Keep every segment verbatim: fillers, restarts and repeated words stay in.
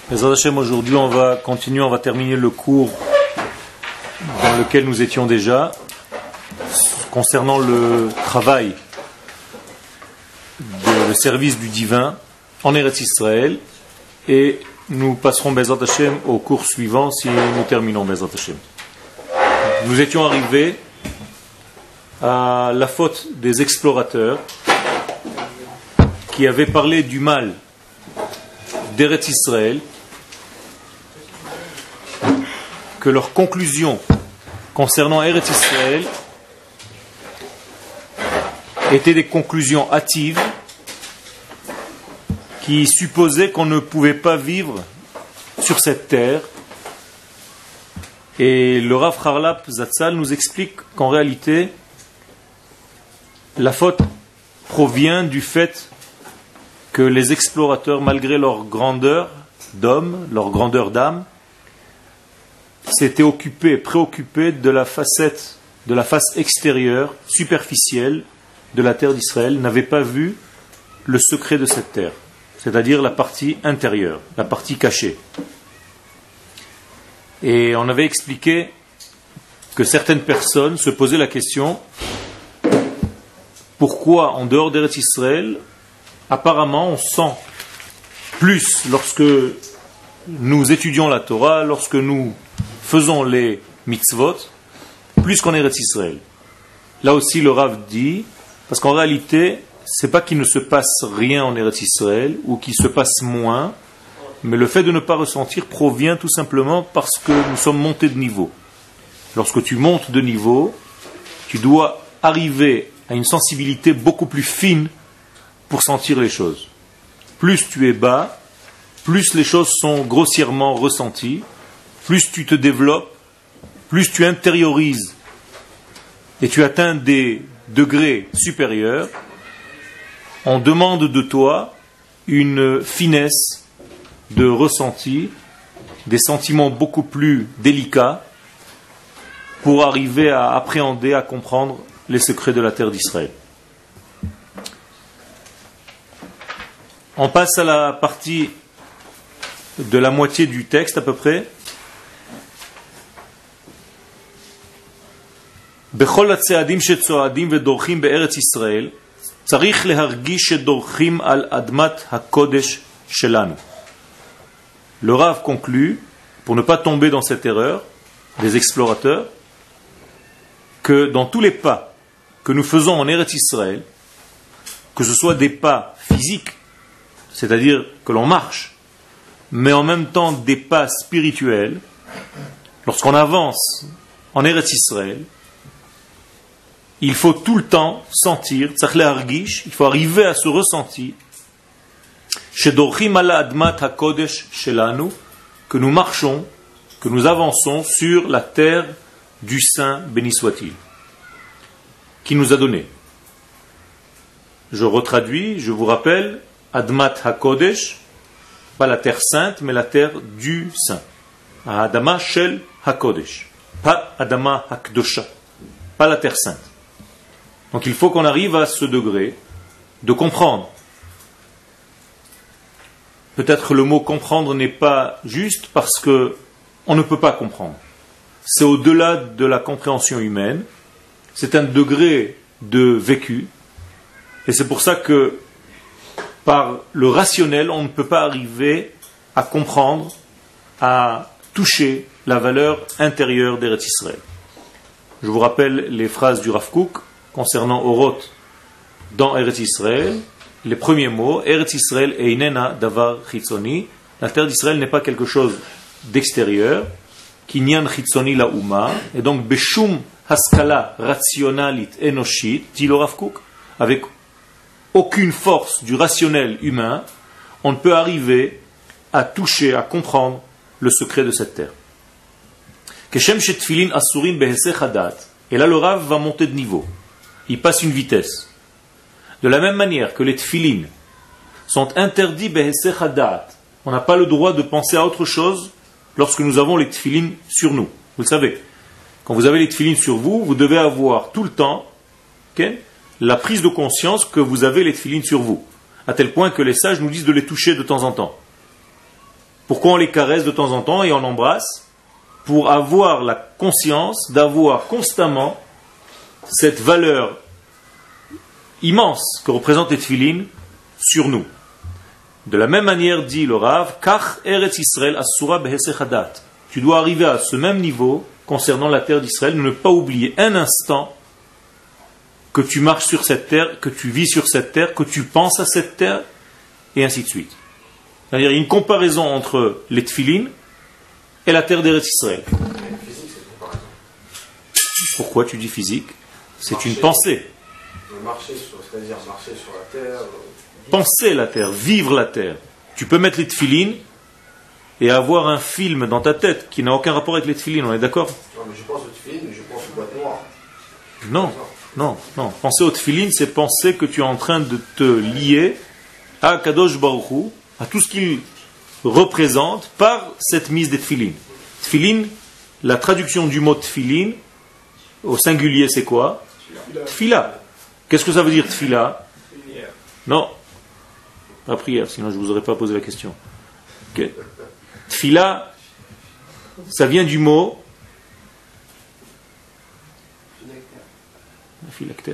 Bezrat Hashem, aujourd'hui on va continuer, on va terminer le cours dans lequel nous étions déjà concernant le travail, de, le service du divin en Eretz Israël, et nous passerons Bezrat Hashem au cours suivant si nous terminons Bezrat Hashem. Nous étions arrivés à la faute des explorateurs qui avaient parlé du mal d'Eretz Israël, que leurs conclusions concernant Eretz Israël étaient des conclusions hâtives qui supposaient qu'on ne pouvait pas vivre sur cette terre. Et le Rav Harlap Zatzal nous explique qu'en réalité, la faute provient du fait que les explorateurs, malgré leur grandeur d'homme, leur grandeur d'âme, s'étaient occupés, préoccupés de la facette, de la face extérieure, superficielle de la terre d'Israël, n'avaient pas vu le secret de cette terre, c'est-à-dire la partie intérieure, la partie cachée. Et on avait expliqué que certaines personnes se posaient la question: pourquoi en dehors d'Eretz Israël, apparemment on sent plus lorsque nous étudions la Torah, lorsque nous faisons les mitzvot, plus qu'en Eretz Israël. Là aussi le Rav dit, parce qu'en réalité, c'est pas qu'il ne se passe rien en Eretz Israël, ou qu'il se passe moins, mais le fait de ne pas ressentir provient tout simplement parce que nous sommes montés de niveau. Lorsque tu montes de niveau, tu dois arriver à une sensibilité beaucoup plus fine pour sentir les choses. Plus tu es bas, plus les choses sont grossièrement ressenties, plus tu te développes, plus tu intériorises et tu atteins des degrés supérieurs, on demande de toi une finesse de ressenti, des sentiments beaucoup plus délicats pour arriver à appréhender, à comprendre les secrets de la terre d'Israël. On passe à la partie de la moitié du texte à peu près. בכל הצעדים שצועדים ודורכים בארץ ישראל צריך להרגיש שדורכים על אדמת הקודש שלנו. Le Rav conclut, pour ne pas tomber dans cette erreur des explorateurs, que dans tous les pas que nous faisons en Eretz Israël, que ce soit des pas physiques, c'est-à-dire que l'on marche, mais en même temps des pas spirituels, lorsqu'on avance en Eretz Israël, il faut tout le temps sentir, il faut arriver à ce ressenti, que nous marchons, que nous avançons sur la terre du Saint, béni soit-il, qui nous a donné. Je retraduis, je vous rappelle, Admat HaKodesh, pas la terre sainte, mais la terre du Saint. Adama Shel HaKodesh, pas Adama HaKdosha, pas la terre sainte. Donc il faut qu'on arrive à ce degré de comprendre. Peut-être le mot comprendre n'est pas juste parce que on ne peut pas comprendre. C'est au-delà de la compréhension humaine. C'est un degré de vécu. Et c'est pour ça que par le rationnel, on ne peut pas arriver à comprendre, à toucher la valeur intérieure d'Eretz Israël. Je vous rappelle les phrases du Rav Kook concernant Oroth dans Eretz Israël. Les premiers mots, Eretz Israël einena davar chitzoni, la terre d'Israël n'est pas quelque chose d'extérieur, kinyan chitzoni la uma, et donc beshum haskala rationalit enoshit, dit le Rav Kook, avec aucune force du rationnel humain, on ne peut arriver à toucher, à comprendre le secret de cette terre. Keshem shetfilin asurin behesech hadat, et là le Rav va monter de niveau, il passe une vitesse. De la même manière que les tfilin sont interdits behesech hadat, on n'a pas le droit de penser à autre chose lorsque nous avons les tfilin sur nous. Vous le savez, quand vous avez les tfilin sur vous, vous devez avoir tout le temps okay, la prise de conscience que vous avez les tfilin sur vous, à tel point que les sages nous disent de les toucher de temps en temps. Pourquoi on les caresse de temps en temps et on embrasse? Pour avoir la conscience d'avoir constamment cette valeur immense que représente les tefilin sur nous. De la même manière, dit le Rav, Kach Eretz Israël Asura Behesech Hadat. Tu dois arriver à ce même niveau concernant la terre d'Israël, ne pas oublier un instant que tu marches sur cette terre, que tu vis sur cette terre, que tu penses à cette terre, et ainsi de suite. C'est-à-dire, il y a une comparaison entre les tefilin et la terre d'Eretz Israël. Pourquoi tu dis physique? C'est marcher, une pensée. Marcher sur, c'est-à-dire marcher sur la terre. Penser la terre, vivre la terre. Tu peux mettre les tefilin et avoir un film dans ta tête qui n'a aucun rapport avec les tefilin, on est d'accord? Non, mais je pense aux tefilin, mais je pense aux boîtes noires. Non, non, non. Penser aux tefilin, c'est penser que tu es en train de te lier à Kadosh Baruch Hu, à tout ce qu'il représente par cette mise des tefilin. Tefilin, la traduction du mot tefilin, au singulier, c'est quoi? Tfila. Qu'est-ce que ça veut dire tfila? Non, pas prière, sinon je ne vous aurais pas posé la question. Okay. Tfila, ça vient du mot phylactère.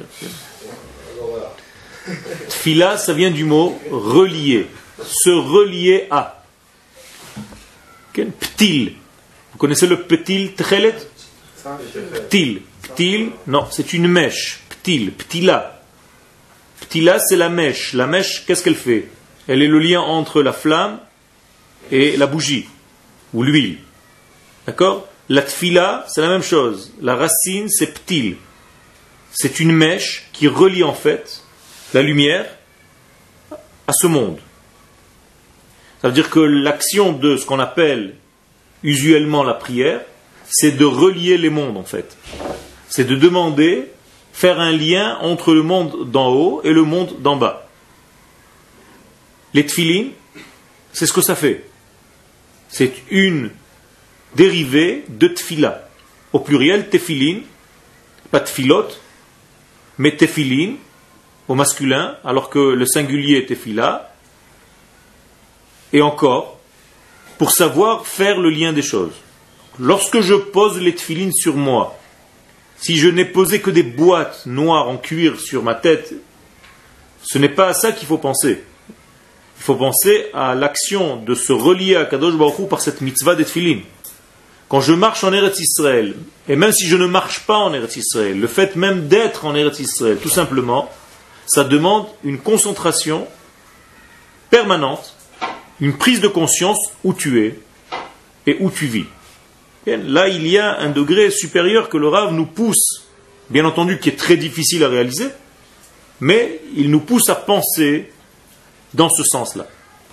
Tfila, ça vient du mot relier, se relier à. Okay. Ptil. Vous connaissez le ptil tchelet? Ptil. Ptil, non, c'est une mèche. Ptil, ptila. Ptila, c'est la mèche. La mèche, qu'est-ce qu'elle fait? Elle est le lien entre la flamme et la bougie, ou l'huile. D'accord? La tfila, c'est la même chose. La racine, c'est ptil. C'est une mèche qui relie en fait la lumière à ce monde. Ça veut dire que l'action de ce qu'on appelle usuellement la prière, c'est de relier les mondes en fait. C'est de demander, faire un lien entre le monde d'en haut et le monde d'en bas. Les tefilin, c'est ce que ça fait. C'est une dérivée de tefila. Au pluriel, tefilin, pas tefilot, mais tefilin, au masculin, alors que le singulier est tefila. Et encore, pour savoir faire le lien des choses. Lorsque je pose les tefilin sur moi, si je n'ai posé que des boîtes noires en cuir sur ma tête, ce n'est pas à ça qu'il faut penser. Il faut penser à l'action de se relier à Kadosh Baruch Hu par cette mitzvah des tefilin. Quand je marche en Eretz Israël, et même si je ne marche pas en Eretz Israël, le fait même d'être en Eretz Israël, tout simplement, ça demande une concentration permanente, une prise de conscience où tu es et où tu vis. Là, il y a un degré supérieur que le Rav nous pousse, bien entendu, qui est très difficile à réaliser, mais il nous pousse à penser dans ce sens-là.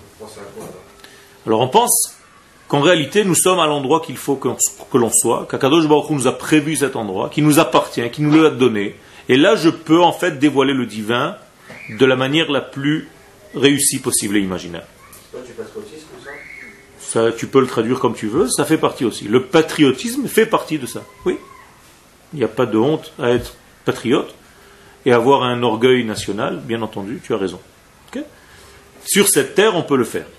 Alors on pense qu'en réalité, nous sommes à l'endroit qu'il faut que, que l'on soit, qu'Akadosh Baruch Hu nous a prévu cet endroit, qui nous appartient, qui nous l'a donné, et là, je peux en fait dévoiler le divin de la manière la plus réussie possible et imaginaire. Tu patriotisme ou ça? Ça, tu peux le traduire comme tu veux, ça fait partie aussi. Le patriotisme fait partie de ça. Oui. Il n'y a pas de honte à être patriote et avoir un orgueil national, bien entendu, tu as raison. Okay? Sur cette terre, on peut le faire.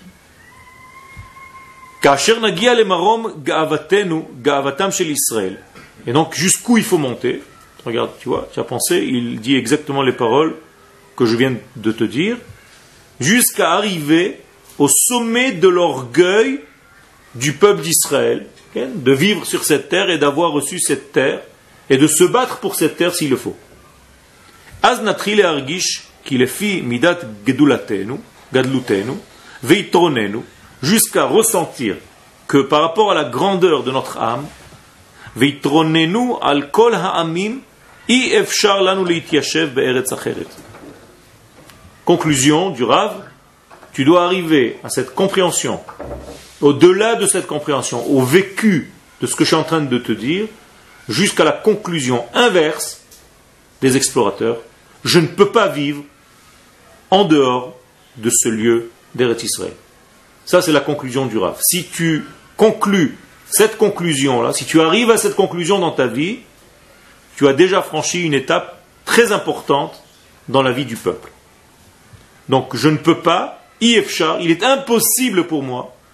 Et donc, jusqu'où il faut monter? Regarde, tu vois, tu as pensé, il dit exactement les paroles que je viens de te dire, jusqu'à arriver au sommet de l'orgueil du peuple d'Israël, okay, de vivre sur cette terre et d'avoir reçu cette terre et de se battre pour cette terre s'il le faut. Az natri le argish ki lefi midat gedulatenu, gadlutenu, veitronenu, jusqu'à ressentir que par rapport à la grandeur de notre âme, veitronenu al kol ha'amim, i efshar lanu leityashev be'eretz acheret. Conclusion du Rav, tu dois arriver à cette compréhension, au-delà de cette compréhension, au vécu de ce que je suis en train de te dire, jusqu'à la conclusion inverse des explorateurs. Je ne peux pas vivre en dehors de ce lieu d'Eretz Israël. Ça, c'est la conclusion du Rav. Si tu conclus cette conclusion-là, si tu arrives à cette conclusion dans ta vie, tu as déjà franchi une étape très importante dans la vie du peuple. Donc, je ne peux pas, I F Char, il est impossible pour moi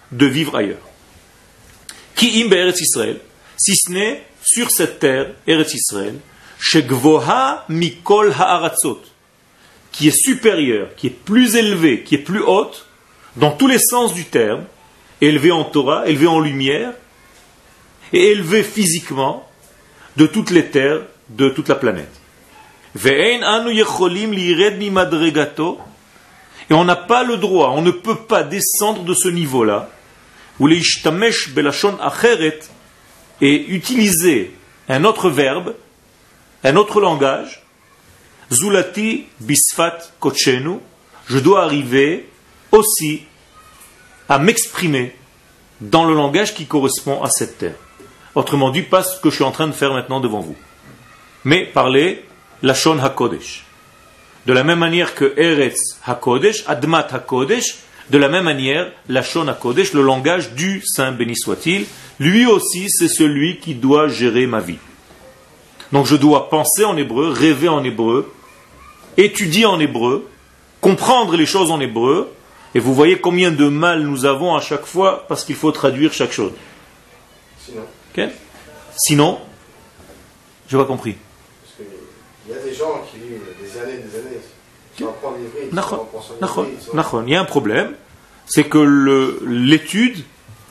de vivre ailleurs. Ki im be'eretz Israël, si ce n'est sur cette terre, Eretz Israël, shegvoha mikol ha'aratzot, qui est supérieure, qui est plus élevée, qui est plus haute, dans tous les sens du terme, élevée en Torah, élevée en lumière, et élevée physiquement de toutes les terres, de toute la planète. Ve'ein anu yecholim lired mimadregato, et on n'a pas le droit, on ne peut pas descendre de ce niveau-là, ou leishtamesh belashon acheret, et utiliser un autre verbe, un autre langage, zulati bisfat kochenu, je dois arriver aussi à m'exprimer dans le langage qui correspond à cette terre. Autrement dit, pas ce que je suis en train de faire maintenant devant vous, mais parler lashon hakodesh. De la même manière que Eretz hakodesh, Admat hakodesh, de la même manière, lashon hakodesh, le langage du Saint béni soit-il, lui aussi c'est celui qui doit gérer ma vie. Donc je dois penser en hébreu, rêver en hébreu, étudier en hébreu, comprendre les choses en hébreu, et vous voyez combien de mal nous avons à chaque fois parce qu'il faut traduire chaque chose. Sinon. Okay? Sinon, je n'ai pas compris. Parce qu'il y a des gens qui vivent des années et des années sans apprendre l'ivrit. Il y a un problème, c'est que le, l'étude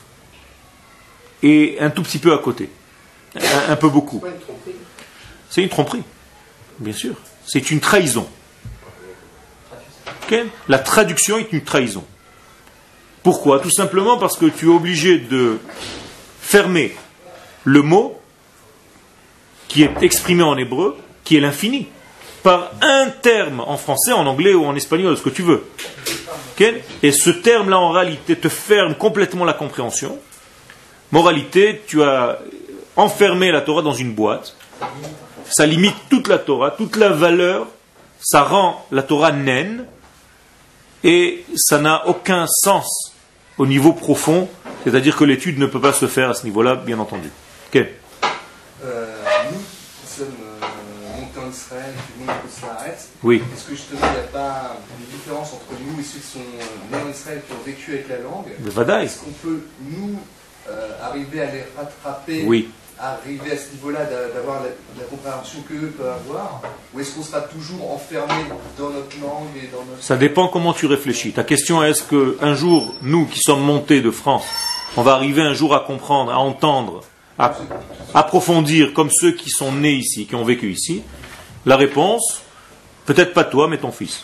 est un tout petit peu à côté. Un, un peu beaucoup. C'est pas une tromperie. C'est une tromperie, bien sûr. C'est une trahison. Okay? La traduction est une trahison. Pourquoi? Tout simplement parce que tu es obligé de fermer le mot qui est exprimé en hébreu, qui est l'infini, par un terme en français, en anglais ou en espagnol, ce que tu veux. Okay? Et ce terme-là, en réalité, te ferme complètement la compréhension. Moralité, tu as enfermé la Torah dans une boîte. Ça limite toute la Torah, toute la valeur. Ça rend la Torah naine. Et ça n'a aucun sens au niveau profond. C'est-à-dire que l'étude ne peut pas se faire à ce niveau-là, bien entendu. Okay. Euh, nous, qui sommes euh, montés en Israël, qui vont au Saaretz, oui. Est-ce que justement il n'y a pas une différence entre nous et ceux qui sont nés en Israël, qui ont vécu avec la langue? Est-ce qu'on peut, nous, euh, arriver à les rattraper, oui. arriver à ce niveau-là, d'avoir la, la compréhension qu'eux peuvent avoir? Ou est-ce qu'on sera toujours enfermé dans notre langue et dans notre... Ça dépend comment tu réfléchis. Ta question est, est-ce qu'un jour, nous qui sommes montés de France, on va arriver un jour à comprendre, à entendre, à approfondir comme ceux qui sont nés ici, qui ont vécu ici? La réponse, peut-être pas toi, mais ton fils.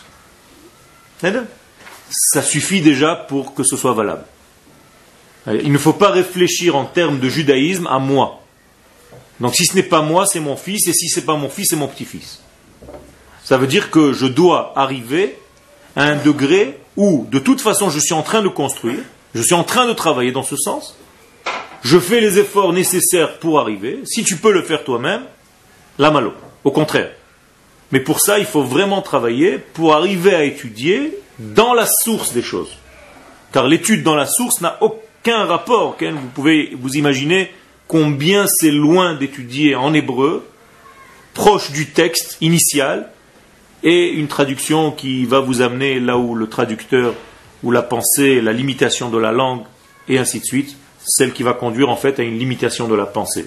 Ça suffit déjà pour que ce soit valable. Il ne faut pas réfléchir en termes de judaïsme à moi. Donc si ce n'est pas moi, c'est mon fils, et si ce n'est pas mon fils, c'est mon petit-fils. Ça veut dire que je dois arriver à un degré où, de toute façon, je suis en train de construire, je suis en train de travailler dans ce sens, je fais les efforts nécessaires pour arriver. Si tu peux le faire toi-même, la malo, au contraire. Mais pour ça, il faut vraiment travailler pour arriver à étudier dans la source des choses. Car l'étude dans la source n'a aucun rapport. Vous pouvez vous imaginer combien c'est loin d'étudier en hébreu, proche du texte initial, et une traduction qui va vous amener là où le traducteur, ou la pensée, la limitation de la langue, et ainsi de suite, celle qui va conduire en fait à une limitation de la pensée.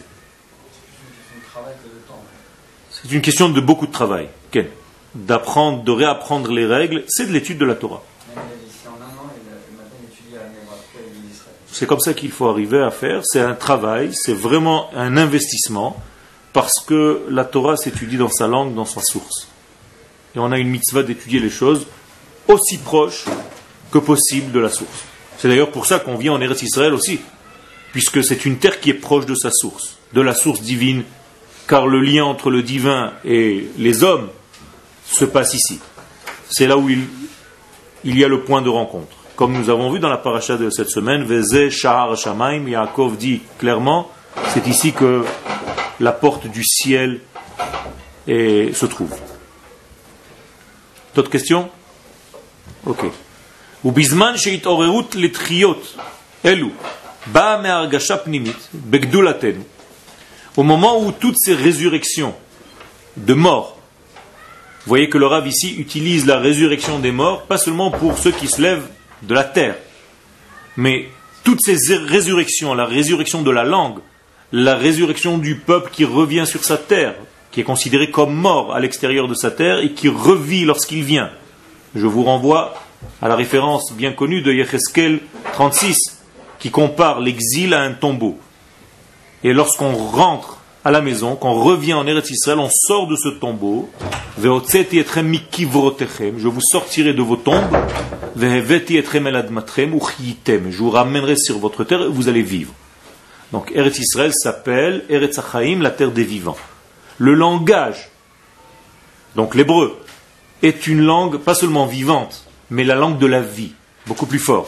C'est une question de beaucoup de travail. Ken, d'apprendre, de réapprendre les règles, c'est de l'étude de la Torah. C'est comme ça qu'il faut arriver à faire. C'est un travail, c'est vraiment un investissement, parce que la Torah s'étudie dans sa langue, dans sa source. Et on a une mitzvah d'étudier les choses aussi proches que possible de la source. C'est d'ailleurs pour ça qu'on vient en Eretz Israël aussi, puisque c'est une terre qui est proche de sa source, de la source divine, car le lien entre le divin et les hommes se passe ici. C'est là où il, il y a le point de rencontre. Comme nous avons vu dans la paracha de cette semaine, Vezeh Shahar Shamaim, Yaakov dit clairement, c'est ici que la porte du ciel est, se trouve. D'autres questions? Ok. ובזמן שהתעוררות לתחיות אלו באה מהרגשה פנימית בגדולתנו, au moment où toutes ces résurrections de morts, vous voyez que le Rav ici utilise la résurrection des morts, pas seulement pour ceux qui se lèvent de la terre, mais toutes ces résurrections, la résurrection de la langue, la résurrection du peuple qui revient sur sa terre, qui est considéré comme mort à l'extérieur de sa terre et qui revit lorsqu'il vient. Je vous renvoie à la référence bien connue de Yecheskel trente-six, qui compare l'exil à un tombeau. Et lorsqu'on rentre à la maison, quand on revient en Eretz Israël, on sort de ce tombeau. Je vous sortirai de vos tombes. Je vous ramènerai sur votre terre et vous allez vivre. Donc Eretz Israël s'appelle Eretz Hachaim, la terre des vivants. Le langage, donc l'hébreu, est une langue pas seulement vivante, mais la langue de la vie, beaucoup plus fort.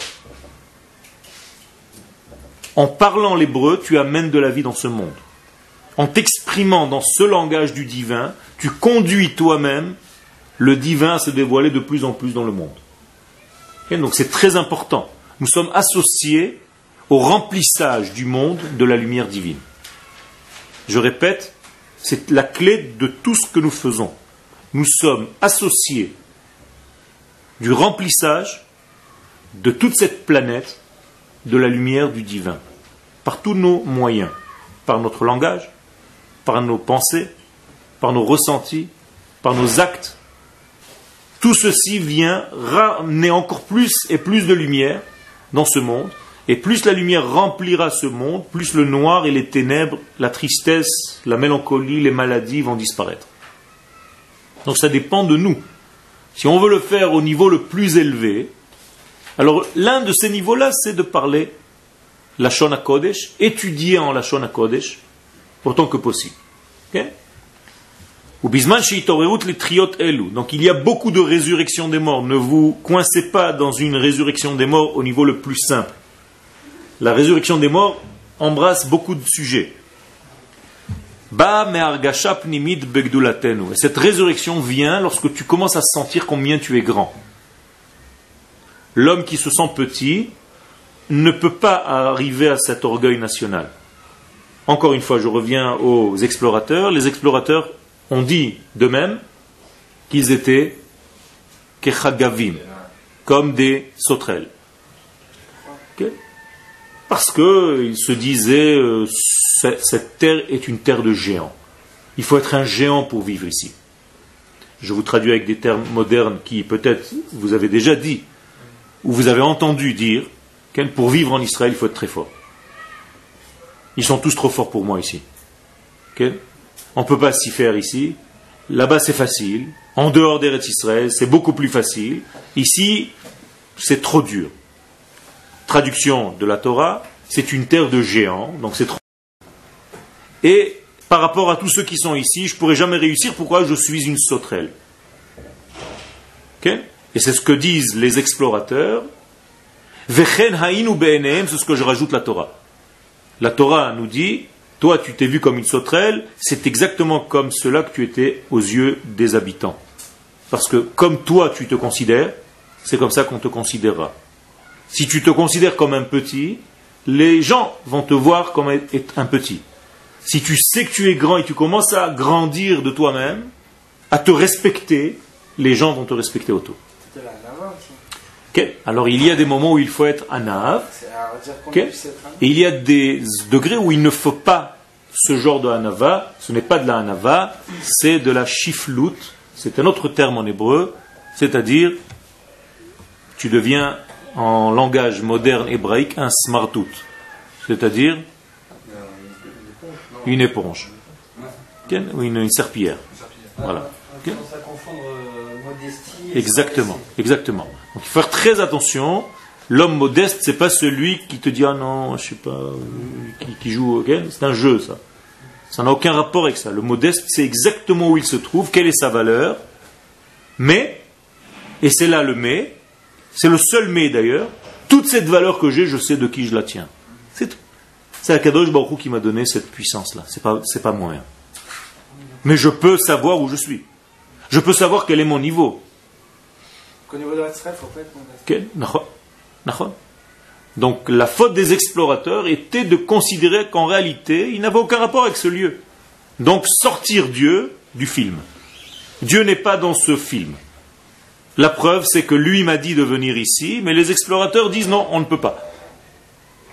En parlant l'hébreu, tu amènes de la vie dans ce monde. En t'exprimant dans ce langage du divin, tu conduis toi-même le divin à se dévoiler de plus en plus dans le monde. Et donc c'est très important. Nous sommes associés au remplissage du monde de la lumière divine. Je répète, c'est la clé de tout ce que nous faisons. Nous sommes associés du remplissage de toute cette planète de la lumière du divin, par tous nos moyens, par notre langage, par nos pensées, par nos ressentis, par nos actes. Tout ceci vient ramener encore plus et plus de lumière dans ce monde, et plus la lumière remplira ce monde, plus le noir et les ténèbres, la tristesse, la mélancolie, les maladies vont disparaître. Donc ça dépend de nous. Si on veut le faire au niveau le plus élevé, alors l'un de ces niveaux-là, c'est de parler Lashon HaKodesh, étudier en Lashon HaKodesh, autant que possible. Okay? Donc il y a beaucoup de résurrection des morts. Ne vous coincez pas dans une résurrection des morts au niveau le plus simple. La résurrection des morts embrasse beaucoup de sujets. Et cette résurrection vient lorsque tu commences à sentir combien tu es grand. L'homme qui se sent petit ne peut pas arriver à cet orgueil national. Encore une fois, je reviens aux explorateurs. Les explorateurs ont dit d'eux-mêmes qu'ils étaient kechagavim, comme des sauterelles. Okay? Parce qu'ils se disaient, euh, cette terre est une terre de géants. Il faut être un géant pour vivre ici. Je vous traduis avec des termes modernes qui peut-être vous avez déjà dit, ou vous avez entendu dire, que pour vivre en Israël, il faut être très fort. Ils sont tous trop forts pour moi ici. Okay? On ne peut pas s'y faire ici. Là-bas, c'est facile. En dehors d'Eretz Israël, c'est beaucoup plus facile. Ici, c'est trop dur. Traduction de la Torah, c'est une terre de géants, donc c'est trop. Et par rapport à tous ceux qui sont ici, je ne pourrai jamais réussir. Pourquoi? Je suis une sauterelle. Okay? Et c'est ce que disent les explorateurs. Vechen haïnu be'enehem, c'est ce que je rajoute la Torah. La Torah nous dit, toi tu t'es vu comme une sauterelle, c'est exactement comme cela que tu étais aux yeux des habitants. Parce que comme toi tu te considères, c'est comme ça qu'on te considérera. Si tu te considères comme un petit, les gens vont te voir comme un petit. Si tu sais que tu es grand et tu commences à grandir de toi-même, à te respecter, les gens vont te respecter autour. Okay. Alors il y a des moments où il faut être anav, okay. Et il y a des degrés où il ne faut pas ce genre de anava. Ce n'est pas de la anava, c'est de la shiflut. C'est un autre terme en hébreu, c'est-à-dire tu deviens en langage moderne hébraïque un smartout, c'est-à-dire une éponge, okay. Ou une, une serpillière. Voilà. Okay. Exactement, exactement. Donc il faut faire très attention. L'homme modeste, c'est pas celui qui te dit ah non, je sais pas, qui, qui joue. Okay? C'est un jeu, ça. Ça n'a aucun rapport avec ça. Le modeste, c'est exactement où il se trouve, quelle est sa valeur. Mais, et c'est là le mais, c'est le seul mais d'ailleurs. Toute cette valeur que j'ai, je sais de qui je la tiens. C'est tout. C'est Akadosh Baruch Hu qui m'a donné cette puissance-là. C'est pas, c'est pas moi. Mais je peux savoir où je suis. Je peux savoir quel est mon niveau. Au niveau de l'Israël, il ne faut pas être modeste. Okay. Donc la faute des explorateurs était de considérer qu'en réalité, il n'avait aucun rapport avec ce lieu. Donc sortir Dieu du film. Dieu n'est pas dans ce film. La preuve, c'est que lui m'a dit de venir ici, mais les explorateurs disent non, on ne peut pas.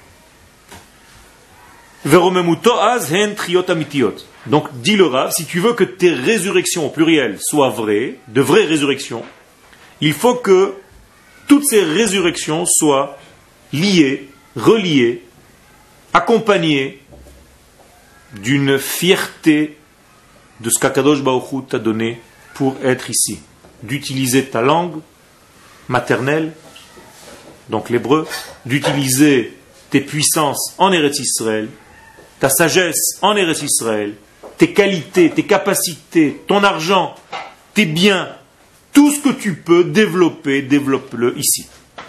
Donc, dit le Rav, si tu veux que tes résurrections au pluriel soient vraies, de vraies résurrections, il faut que toutes ces résurrections soient liées, reliées, accompagnées d'une fierté de ce qu'Akadosh Baruch Hu t'a donné pour être ici. D'utiliser ta langue maternelle, donc l'hébreu, d'utiliser tes puissances en Eretz Israël, ta sagesse en Eretz Israël, tes qualités, tes capacités, ton argent, tes biens, tout ce que tu peux développer, développe-le ici.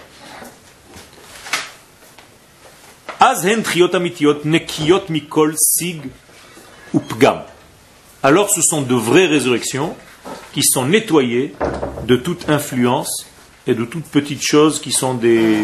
Alors ce sont de vraies résurrections qui sont nettoyées de toute influence et de toutes petites choses qui sont des,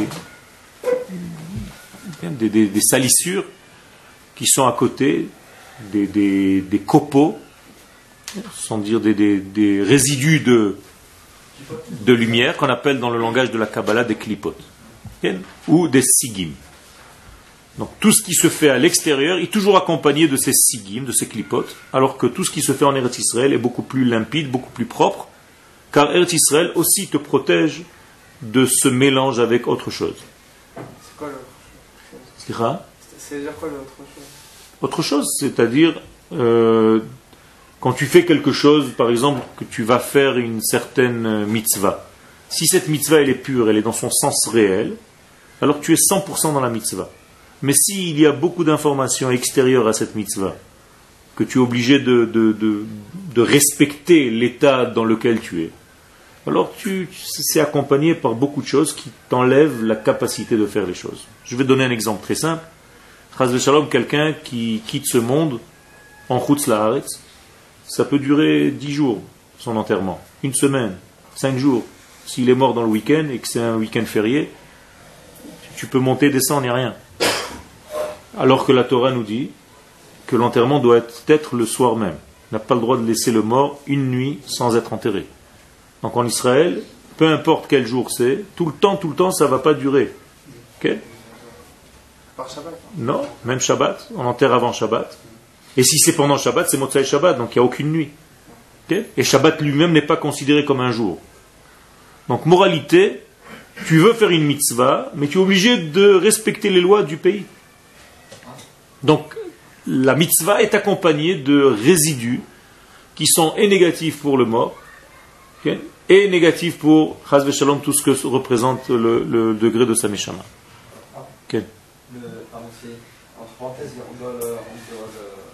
des, des, des salissures qui sont à côté, des, des, des copeaux, sans dire des, des, des résidus de, de lumière qu'on appelle dans le langage de la Kabbalah des klipotes ou des sigim. Donc tout ce qui se fait à l'extérieur est toujours accompagné de ces sigim, de ces klipotes, alors que tout ce qui se fait en Eretz Israël est beaucoup plus limpide, beaucoup plus propre, car Eretz Israël aussi te protège de ce mélange avec autre chose. C'est quoi l'autre chose? C'est-à-dire quoi l'autre chose? Autre chose, c'est-à-dire euh, quand tu fais quelque chose, par exemple, que tu vas faire une certaine mitzvah. Si cette mitzvah elle est pure, elle est dans son sens réel, alors tu es cent pour cent dans la mitzvah. Mais s'il y a beaucoup d'informations extérieures à cette mitzvah, que tu es obligé de, de, de, de respecter l'état dans lequel tu es, alors tu, c'est accompagné par beaucoup de choses qui t'enlèvent la capacité de faire les choses. Je vais donner un exemple très simple. Chas v'shalom, quelqu'un qui quitte ce monde en Chutz La'aretz, ça peut durer dix jours, son enterrement, une semaine, cinq jours. S'il est mort dans le week-end et que c'est un week-end férié, tu peux monter, descendre, il n'y a rien. Alors que la Torah nous dit que l'enterrement doit être le soir même. On n'a pas le droit de laisser le mort une nuit sans être enterré. Donc en Israël, peu importe quel jour c'est, tout le temps, tout le temps, ça ne va pas durer. Okay? Par Shabbat? Non, même Shabbat, on enterre avant Shabbat. Et si c'est pendant Shabbat, c'est Motzai Shabbat, donc il n'y a aucune nuit. Okay? Et Shabbat lui-même n'est pas considéré comme un jour. Donc moralité, tu veux faire une mitzvah, mais tu es obligé de respecter les lois du pays. Donc, la mitzvah est accompagnée de résidus qui sont et négatifs pour le mort, okay, et négatifs pour, chas v'shalom, tout ce que représente le, le degré de sa neshama. Okay. Le, pardon, c'est, entre parenthèses, on doit, le, on doit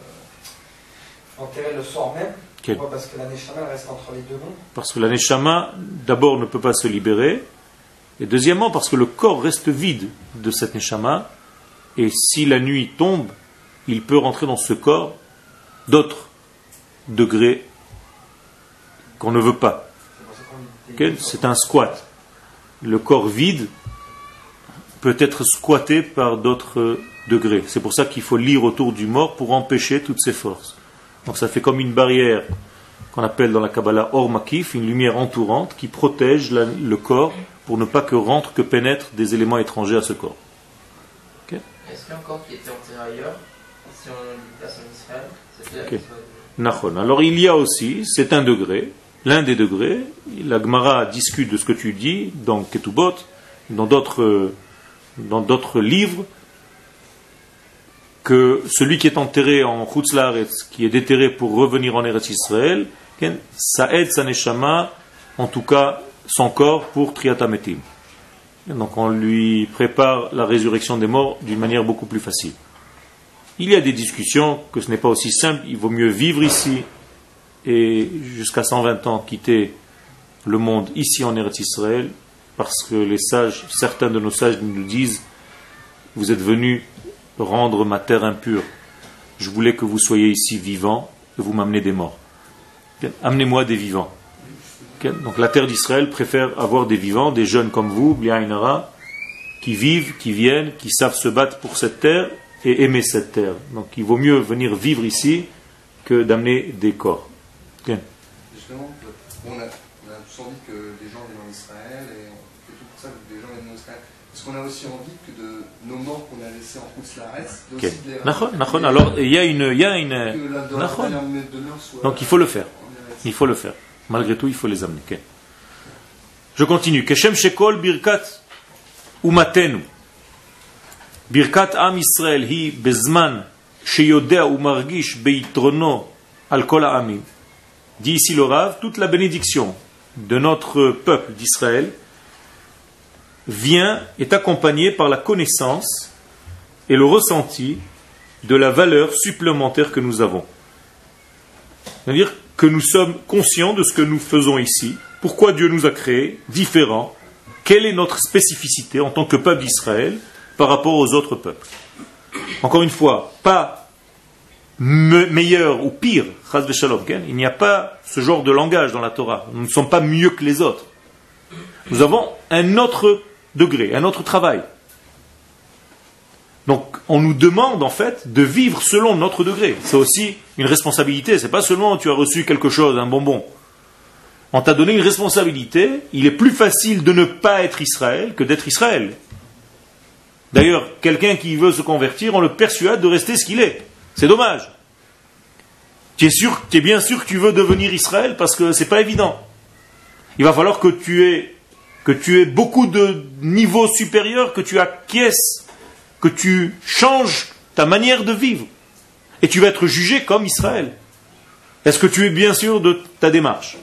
le, enterrer le soir même. Okay. Pourquoi? Parce que la neshama reste entre les deux mondes. Parce que la neshama, d'abord, ne peut pas se libérer, et deuxièmement, parce que le corps reste vide de cette neshama. Et si la nuit tombe, il peut rentrer dans ce corps d'autres degrés qu'on ne veut pas. Okay? C'est un squat. Le corps vide peut être squatté par d'autres degrés. C'est pour ça qu'il faut lire autour du mort pour empêcher toutes ces forces. Donc ça fait comme une barrière qu'on appelle dans la Kabbalah Or Makif, une lumière entourante qui protège la, le corps pour ne pas que rentrent, que pénètrent des éléments étrangers à ce corps. Est-ce qu'un corps qui était enterré ailleurs, si on le place en Israël, c'est okay. Nachon. Alors il y a aussi, c'est un degré, l'un des degrés, la Gemara discute de ce que tu dis dans Ketubot, dans d'autres, dans d'autres livres, que celui qui est enterré en Chutz La'aretz, qui est déterré pour revenir en Eretz Israël, ça aide sa neshama, en tout cas son corps, pour Triat HaMetim. Donc on lui prépare la résurrection des morts d'une manière beaucoup plus facile. Il y a des discussions que ce n'est pas aussi simple, il vaut mieux vivre ici et jusqu'à cent vingt ans quitter le monde ici en Eretz Israël, parce que les sages, certains de nos sages nous disent: vous êtes venus rendre ma terre impure, je voulais que vous soyez ici vivants et vous m'amenez des morts. Amenez-moi des vivants. Donc la terre d'Israël préfère avoir des vivants, des jeunes comme vous, Bliaïnara, qui vivent, qui viennent, qui savent se battre pour cette terre et aimer cette terre. Donc il vaut mieux venir vivre ici que d'amener des corps. Okay. Justement, on a, on a tous envie que les gens viennent en Israël et on fait tout pour ça que les gens viennent en Israël. Est-ce Parce qu'on a aussi envie que de nos morts qu'on a laissés en Koutslaret, okay. de les ramener. Alors, il y a une... Il y a une... Donc, il faut le faire. Il faut le faire. Malgré tout, il faut les amener. Okay. Je continue. Keshem Shekol Birkat Umatenu. Birkat Am Israël hi bezman sheyodea u margish beitrono al kol ha'amim. Dit ici le Rav, toute la bénédiction de notre peuple d'Israël vient, est accompagnée par la connaissance et le ressenti de la valeur supplémentaire que nous avons. C'est-à-dire que nous sommes conscients de ce que nous faisons ici, pourquoi Dieu nous a créés différents, quelle est notre spécificité en tant que peuple d'Israël par rapport aux autres peuples. Encore une fois, pas me- meilleur ou pire, chas v'shalom, il n'y a pas ce genre de langage dans la Torah. Nous ne sommes pas mieux que les autres. Nous avons un autre degré, un autre travail. Donc, on nous demande en fait de vivre selon notre degré. C'est aussi une responsabilité. C'est pas seulement tu as reçu quelque chose, un bonbon. On t'a donné une responsabilité. Il est plus facile de ne pas être Israël que d'être Israël. D'ailleurs, quelqu'un qui veut se convertir, on le persuade de rester ce qu'il est. C'est dommage. Tu es sûr, tu es bien sûr que tu veux devenir Israël parce que c'est pas évident. Il va falloir que tu aies, que tu aies beaucoup de niveaux supérieurs, que tu acquiesces, que tu changes ta manière de vivre. Et tu vas être jugé comme Israël. Est-ce que tu es bien sûr de ta démarche?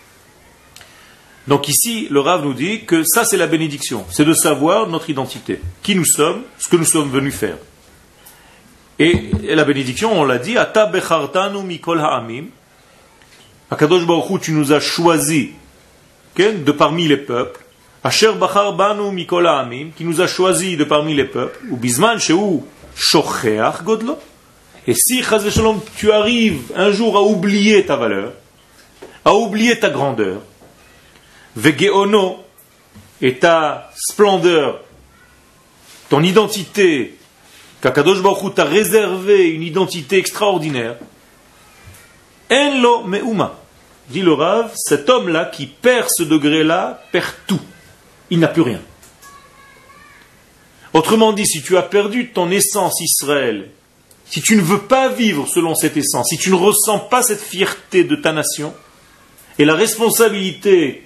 Donc ici, le Rav nous dit que ça c'est la bénédiction. C'est de savoir notre identité. Qui nous sommes, ce que nous sommes venus faire. Et, et la bénédiction, on l'a dit, Ata bechartanu mikol ha'amim. Akadosh Baruch Hu, tu nous as choisis okay, de parmi les peuples. Asher bachar banu mikol ha'amim, qui nous a choisis de parmi les peuples. Ou bisman shehu shocheach godlo. Et si, chas v'shalom, tu arrives un jour à oublier ta valeur, à oublier ta grandeur, vegeono, et ta splendeur, ton identité, qu'Akadosh Baruch Hu t'a réservé une identité extraordinaire, en lo meuma, dit le Rav, cet homme-là qui perd ce degré-là, perd tout. Il n'a plus rien. Autrement dit, si tu as perdu ton essence Israël, si tu ne veux pas vivre selon cette essence, si tu ne ressens pas cette fierté de ta nation, et la responsabilité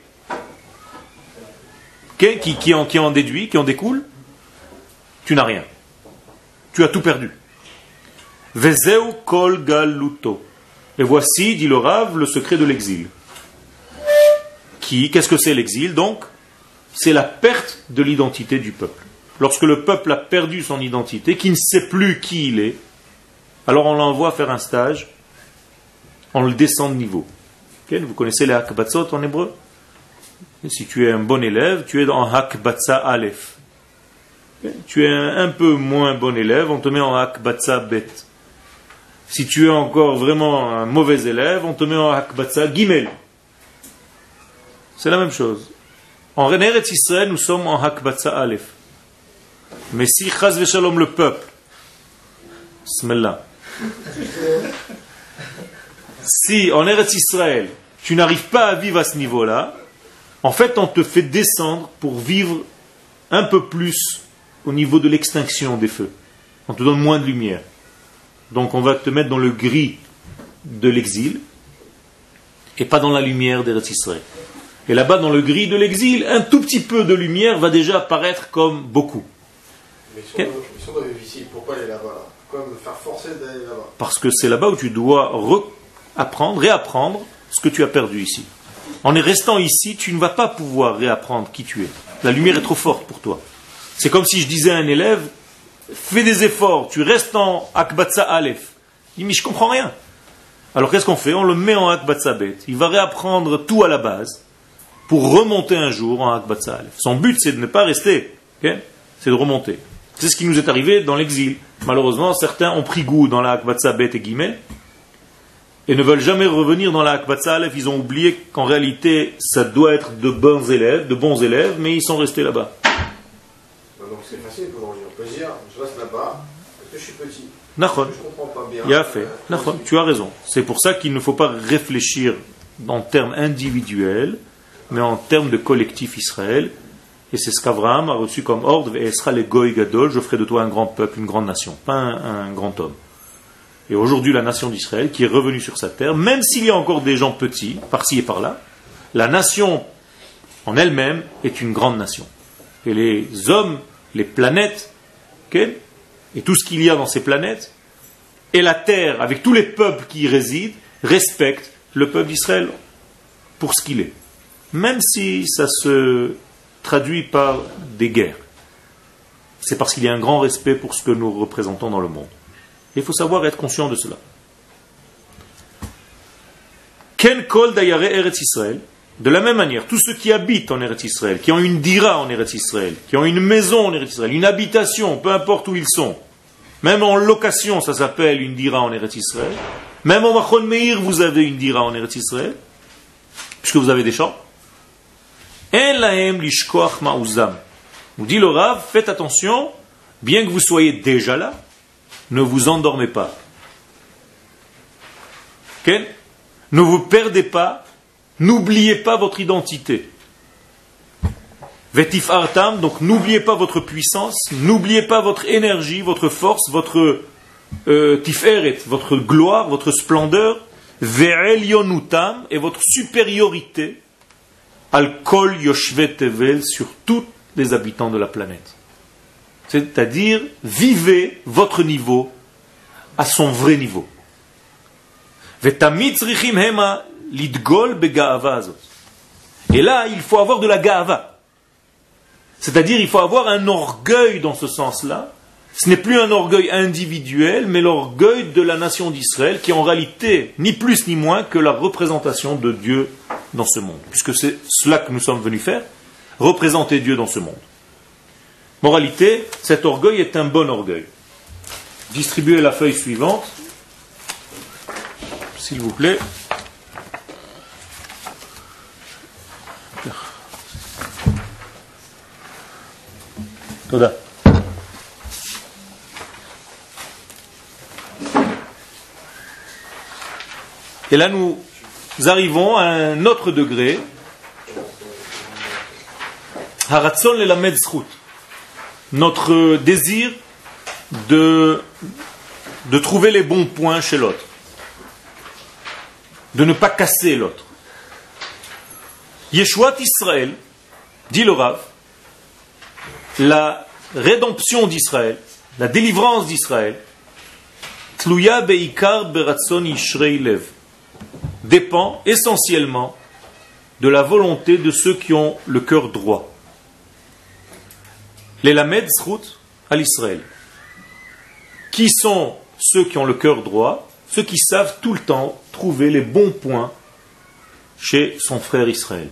okay, qui, qui, en, qui en déduit, qui en découle, tu n'as rien. Tu as tout perdu. Vezeu kol galuto. Et voici, dit le Rav, le secret de l'exil. Qui, qu'est-ce que c'est l'exil donc? C'est la perte de l'identité du peuple. Lorsque le peuple a perdu son identité, qui ne sait plus qui il est, alors on l'envoie faire un stage, on le descend de niveau. Okay, vous connaissez les hakbatzot en hébreu? Si tu es un bon élève, tu es en hakbatza aleph. Okay, tu es un, un peu moins bon élève, on te met en hakbatza bet. Si tu es encore vraiment un mauvais élève, on te met en hakbatza gimel. C'est la même chose. En Eretz Israël, nous sommes en hakbatza aleph. Mais si chas v'shalom le peuple, Smellah. Si en Eretz Israël, tu n'arrives pas à vivre à ce niveau-là, en fait, on te fait descendre pour vivre un peu plus au niveau de l'extinction des feux. On te donne moins de lumière. Donc on va te mettre dans le gris de l'exil et pas dans la lumière d'Eretz Israël. Et là-bas, dans le gris de l'exil, un tout petit peu de lumière va déjà apparaître comme beaucoup. Mais si okay. on doit vivre ici, pourquoi aller là-bas là? Pourquoi me faire forcer d'aller là-bas? Parce que c'est là-bas où tu dois apprendre, réapprendre ce que tu as perdu ici. En restant ici, tu ne vas pas pouvoir réapprendre qui tu es. La lumière est trop forte pour toi. C'est comme si je disais à un élève, fais des efforts, tu restes en Akbatsa Aleph. Il dit, mais je comprends rien. Alors qu'est-ce qu'on fait? On le met en Akbatsa Bet. Il va réapprendre tout à la base pour remonter un jour en Akbatsa Aleph. Son but, c'est de ne pas rester. Okay? C'est de remonter. C'est ce qui nous est arrivé dans l'exil. Malheureusement, certains ont pris goût dans la Akbatsa Bet et Gimel et ne veulent jamais revenir dans la Akbatsa Aleph. Ils ont oublié qu'en réalité, ça doit être de bons élèves, de bons élèves, mais ils sont restés là-bas. Donc c'est facile pour aujourd'hui. On peut dire, je reste là-bas, parce que je suis petit. Nachon. Je comprends pas bien. Il a fait. Nachon. Tu as raison. C'est pour ça qu'il ne faut pas réfléchir en termes individuels, mais en termes de collectif Israël. Et c'est ce qu'Abraham a reçu comme ordre, et sera les Goy Gadol, je ferai de toi un grand peuple, une grande nation, pas un, un grand homme. Et aujourd'hui, la nation d'Israël, qui est revenue sur sa terre, même s'il y a encore des gens petits, par-ci et par-là, la nation en elle-même est une grande nation. Et les hommes, les planètes, okay, et tout ce qu'il y a dans ces planètes, et la terre, avec tous les peuples qui y résident, respectent le peuple d'Israël pour ce qu'il est. Même si ça se traduit par des guerres. C'est parce qu'il y a un grand respect pour ce que nous représentons dans le monde. Il faut savoir être conscient de cela. Ken kol dayare Eretz Israël. De la même manière, tous ceux qui habitent en Eretz Israël, qui ont une dira en Eretz Israël, qui ont une maison en Eretz Israël, une habitation, peu importe où ils sont, même en location, ça s'appelle une dira en Eretz Israël. Même en Machon Meir, vous avez une dira en Eretz Israël, puisque vous avez des champs. En lahem lishkoach ma'uzam. Nous dit le Rav, faites attention, bien que vous soyez déjà là, ne vous endormez pas. Okay? Ne vous perdez pas, n'oubliez pas votre identité. Vetif artam, donc n'oubliez pas votre puissance, n'oubliez pas votre énergie, votre force, votre euh, tiferet, votre gloire, votre splendeur, ve'el yonutam, et votre supériorité, al kol yoshvet tevel, sur tous les habitants de la planète. C'est-à-dire, vivez votre niveau à son vrai niveau. Ve'tamid tzrichim hema lidgol begaava azot. Et là, il faut avoir de la gaava. C'est-à-dire, il faut avoir un orgueil dans ce sens-là. Ce n'est plus un orgueil individuel, mais l'orgueil de la nation d'Israël, qui est en réalité ni plus ni moins que la représentation de Dieu dans ce monde. Puisque c'est cela que nous sommes venus faire, représenter Dieu dans ce monde. Moralité, cet orgueil est un bon orgueil. Distribuez la feuille suivante, s'il vous plaît. Toda. Et là, nous arrivons à un autre degré. Haratzon lelamed zchut. Notre désir de, de trouver les bons points chez l'autre. De ne pas casser l'autre. Yeshuat Israël, dit le Rav, la rédemption d'Israël, la délivrance d'Israël, tluya beikar beratzon yishrei lev, dépend essentiellement de la volonté de ceux qui ont le cœur droit. Les lamed zchut à l'Israël. Qui sont ceux qui ont le cœur droit? Ceux qui savent tout le temps trouver les bons points chez son frère Israël.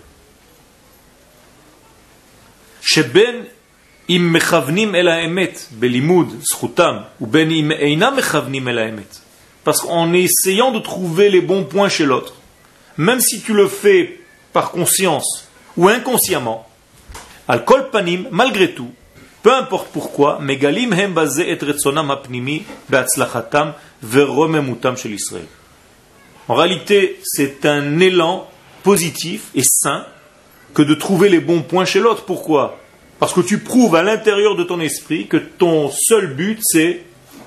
Sheben im mechavnim el haemet belimud zchutam ou ben im einam mechavnim el haemet. Parce qu'en essayant de trouver les bons points chez l'autre, même si tu le fais par conscience ou inconsciemment, al kol panim, malgré tout, peu importe pourquoi, megalim hem bazeh et retzonam hapnimi be'atzlachatam ve'romemutam shel Israël. En réalité, c'est un élan positif et sain que de trouver les bons points chez l'autre. Pourquoi? Parce que tu prouves à l'intérieur de ton esprit que ton seul but, c'est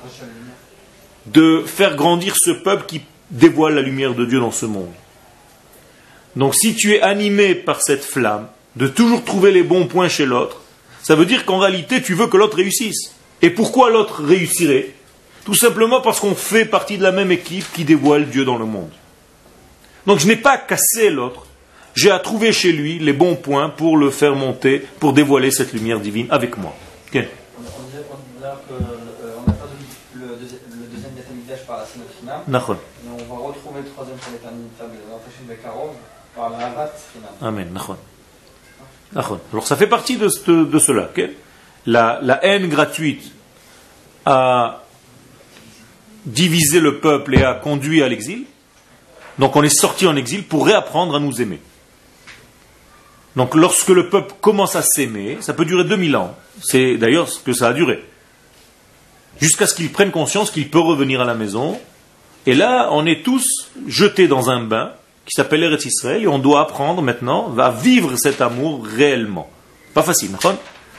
de faire grandir ce peuple qui dévoile la lumière de Dieu dans ce monde. Donc si tu es animé par cette flamme, de toujours trouver les bons points chez l'autre, ça veut dire qu'en réalité, tu veux que l'autre réussisse. Et pourquoi l'autre réussirait? Tout simplement parce qu'on fait partie de la même équipe qui dévoile Dieu dans le monde. Donc je n'ai pas à casser l'autre, j'ai à trouver chez lui les bons points pour le faire monter, pour dévoiler cette lumière divine avec moi. Okay. On disait qu'on a perdu le deuxième Beth Amikdash par la Sinot Chinam, mais on va retrouver le troisième pour l'éternité, l'Antachim Bekarov, par la Havat Chinam. Amen, Nachon. Alors ça fait partie de, de, de cela. Okay? La, la haine gratuite a divisé le peuple et a conduit à l'exil. Donc on est sorti en exil pour réapprendre à nous aimer. Donc lorsque le peuple commence à s'aimer, ça peut durer deux mille ans. C'est d'ailleurs ce que ça a duré. Jusqu'à ce qu'il prenne conscience qu'il peut revenir à la maison. Et là, on est tous jetés dans un bain qui s'appelle Eretz Israël, et on doit apprendre maintenant à vivre cet amour réellement. Pas facile, non?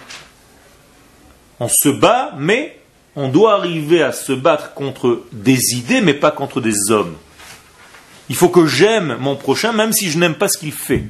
On se bat, mais on doit arriver à se battre contre des idées, mais pas contre des hommes. Il faut que j'aime mon prochain, même si je n'aime pas ce qu'il fait.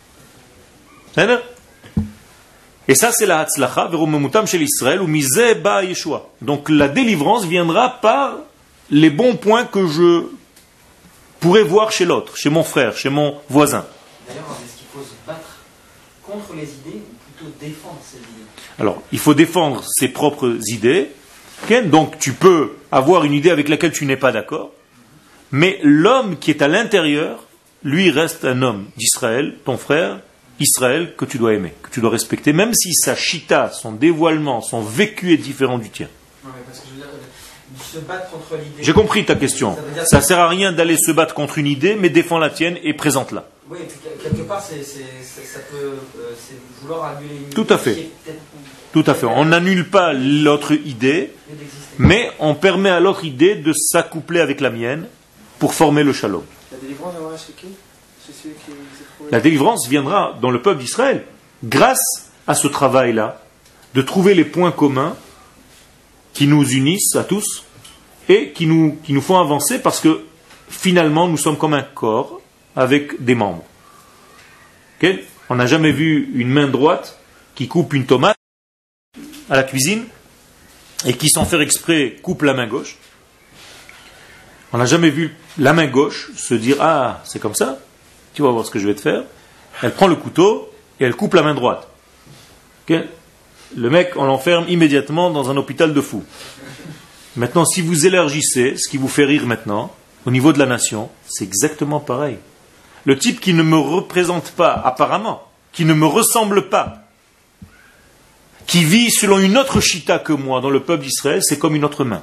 Et ça, c'est la Hatzlacha, Veromemutam shel Israël, ou Mizeh ba Yeshua. Donc la délivrance viendra par les bons points que je pourrais voir chez l'autre, chez mon frère, chez mon voisin. D'ailleurs, est-ce qu'il faut se battre contre les idées ou plutôt défendre ces idées? Alors, il faut défendre ses propres idées. Donc, tu peux avoir une idée avec laquelle tu n'es pas d'accord. Mais l'homme qui est à l'intérieur, lui reste un homme d'Israël, ton frère, Israël, que tu dois aimer, que tu dois respecter, même si sa chita, son dévoilement, son vécu est différent du tien. Non, mais parce que je veux dire, se battre contre l'idée. J'ai compris ta question. Ça ne sert à rien d'aller se battre contre une idée, mais défends la tienne et présente-la. Oui, quelque part, c'est, c'est, c'est, ça peut euh, c'est vouloir annuler une idée. Tout à fait. Tout à fait. On n'annule pas l'autre idée, mais on permet à l'autre idée de s'accoupler avec la mienne pour former le shalom. La délivrance viendra chez qui? Chez celui qui La délivrance viendra dans le peuple d'Israël grâce à ce travail-là de trouver les points communs qui nous unissent à tous et qui nous, qui nous font avancer parce que finalement nous sommes comme un corps avec des membres. Okay? On n'a jamais vu une main droite qui coupe une tomate à la cuisine et qui sans faire exprès coupe la main gauche. On n'a jamais vu la main gauche se dire « Ah, c'est comme ça, tu vas voir ce que je vais te faire ». Elle prend le couteau et elle coupe la main droite. Okay? Le mec, on l'enferme immédiatement dans un hôpital de fous. Maintenant, si vous élargissez, ce qui vous fait rire maintenant, au niveau de la nation, c'est exactement pareil. Le type qui ne me représente pas, apparemment, qui ne me ressemble pas, qui vit selon une autre chita que moi dans le peuple d'Israël, c'est comme une autre main.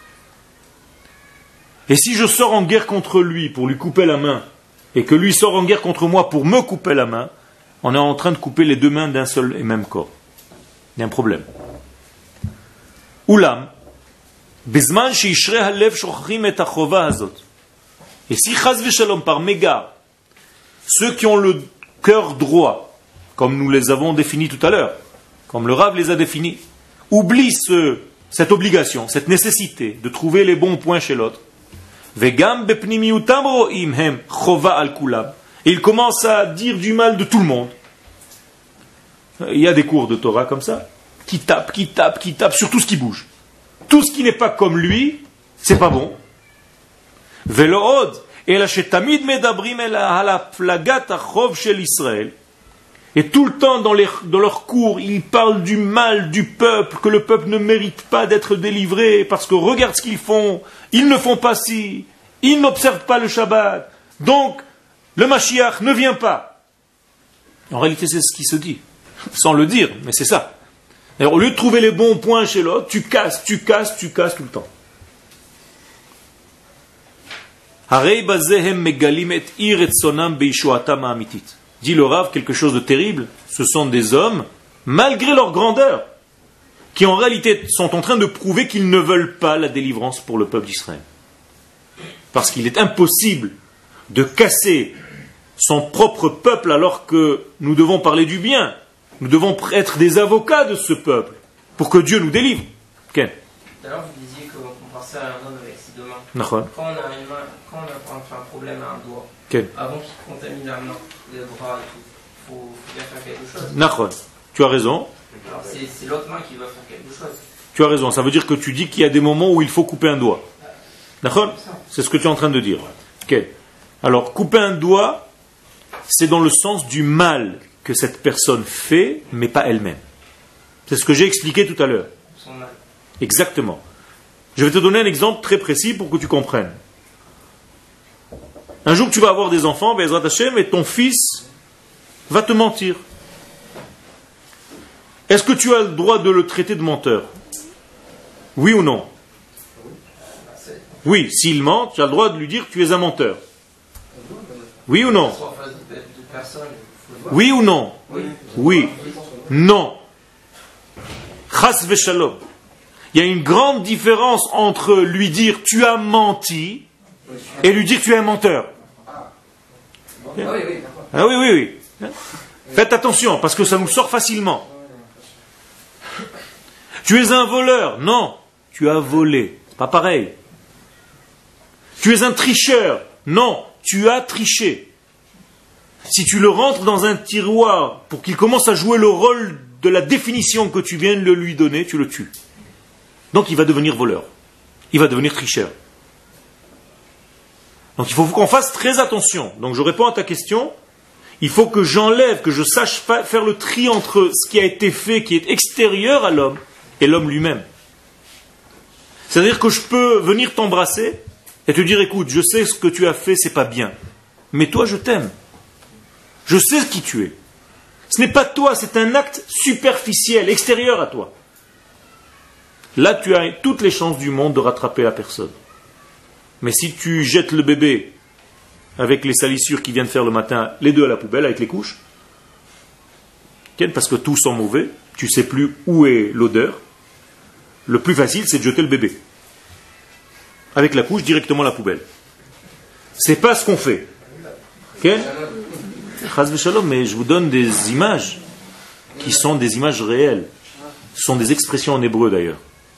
Et si je sors en guerre contre lui pour lui couper la main, et que lui sort en guerre contre moi pour me couper la main, on est en train de couper les deux mains d'un seul et même corps. Il y a un problème. Oulam, bezman sheishrei halev shochrim et hachova hazot. Et si chas v'shalom par mégarde, ceux qui ont le cœur droit, comme nous les avons définis tout à l'heure, comme le Rav les a définis, oublient ce, cette obligation, cette nécessité de trouver les bons points chez l'autre, vegam bepnimiutam ro'im hem chova al kulam, et ils commencent à dire du mal de tout le monde. Il y a des cours de Torah comme ça, qui tapent, qui tapent, qui tapent sur tout ce qui bouge. Tout ce qui n'est pas comme lui, c'est pas bon. Velo'od, ela shetamid medabrim ela ala flagat achov shel Israël. Et tout le temps dans, les, dans leurs cours, ils parlent du mal du peuple, que le peuple ne mérite pas d'être délivré, parce que regarde ce qu'ils font, ils ne font pas ci, ils n'observent pas le Shabbat, donc le Mashiach ne vient pas. En réalité, c'est ce qui se dit, sans le dire, mais c'est ça. Alors, au lieu de trouver les bons points chez l'autre, tu casses, tu casses, tu casses tout le temps. Harei bazehem megalim et ir et sonam beishuatam ha'amitit. Dit le Rav, quelque chose de terrible, ce sont des hommes, malgré leur grandeur, qui en réalité sont en train de prouver qu'ils ne veulent pas la délivrance pour le peuple d'Israël. Parce qu'il est impossible de casser son propre peuple alors que nous devons parler du bien. Nous devons être des avocats de ce peuple pour que Dieu nous délivre. Okay. D'ailleurs, vous disiez qu'on pensait à un homme avec ses deux mains. D'accord. Quand on a une main, quand on a un problème à un doigt, okay. Avant qu'il contamine la main, les bras et tout, il faut, faut bien faire quelque chose. D'accord. Tu as raison. Alors c'est, c'est l'autre main qui va faire quelque chose. Tu as raison. Ça veut dire que tu dis qu'il y a des moments où il faut couper un doigt. D'accord ? C'est ce que tu es en train de dire. Okay. Alors, couper un doigt, c'est dans le sens du mal que cette personne fait, mais pas elle-même. C'est ce que j'ai expliqué tout à l'heure. Son mal. Exactement. Je vais te donner un exemple très précis pour que tu comprennes. Un jour, tu vas avoir des enfants, Be'ezrat Hashem, et ton fils va te mentir. Est-ce que tu as le droit de le traiter de menteur ? Oui ou non ? Oui, s'il ment, tu as le droit de lui dire que tu es un menteur. Oui ou non ? Oui ou non ? Oui. Non. Chas v'shalom. Il y a une grande différence entre lui dire tu as menti et lui dire tu es un menteur. Ah oui, oui, oui. Faites attention, parce que ça nous sort facilement. Tu es un voleur. Non, tu as volé. C'est pas pareil. Tu es un tricheur. Non, tu as triché. Si tu le rentres dans un tiroir pour qu'il commence à jouer le rôle de la définition que tu viens de lui donner, tu le tues. Donc il va devenir voleur. Il va devenir tricheur. Donc il faut qu'on fasse très attention. Donc je réponds à ta question. Il faut que j'enlève, que je sache faire le tri entre ce qui a été fait, qui est extérieur à l'homme, et l'homme lui-même. C'est-à-dire que je peux venir t'embrasser et te dire, écoute, je sais ce que tu as fait, c'est pas bien. Mais toi, je t'aime. Je sais qui tu es. Ce n'est pas toi, c'est un acte superficiel, extérieur à toi. Là, tu as toutes les chances du monde de rattraper la personne. Mais si tu jettes le bébé avec les salissures qu'il vient de faire le matin, les deux à la poubelle avec les couches, parce que tous sont mauvais, tu ne sais plus où est l'odeur, le plus facile c'est de jeter le bébé. Avec la couche directement à la poubelle. C'est pas ce qu'on fait. Mais je vous donne des images qui sont des images réelles. Ce sont des expressions en hébreu d'ailleurs.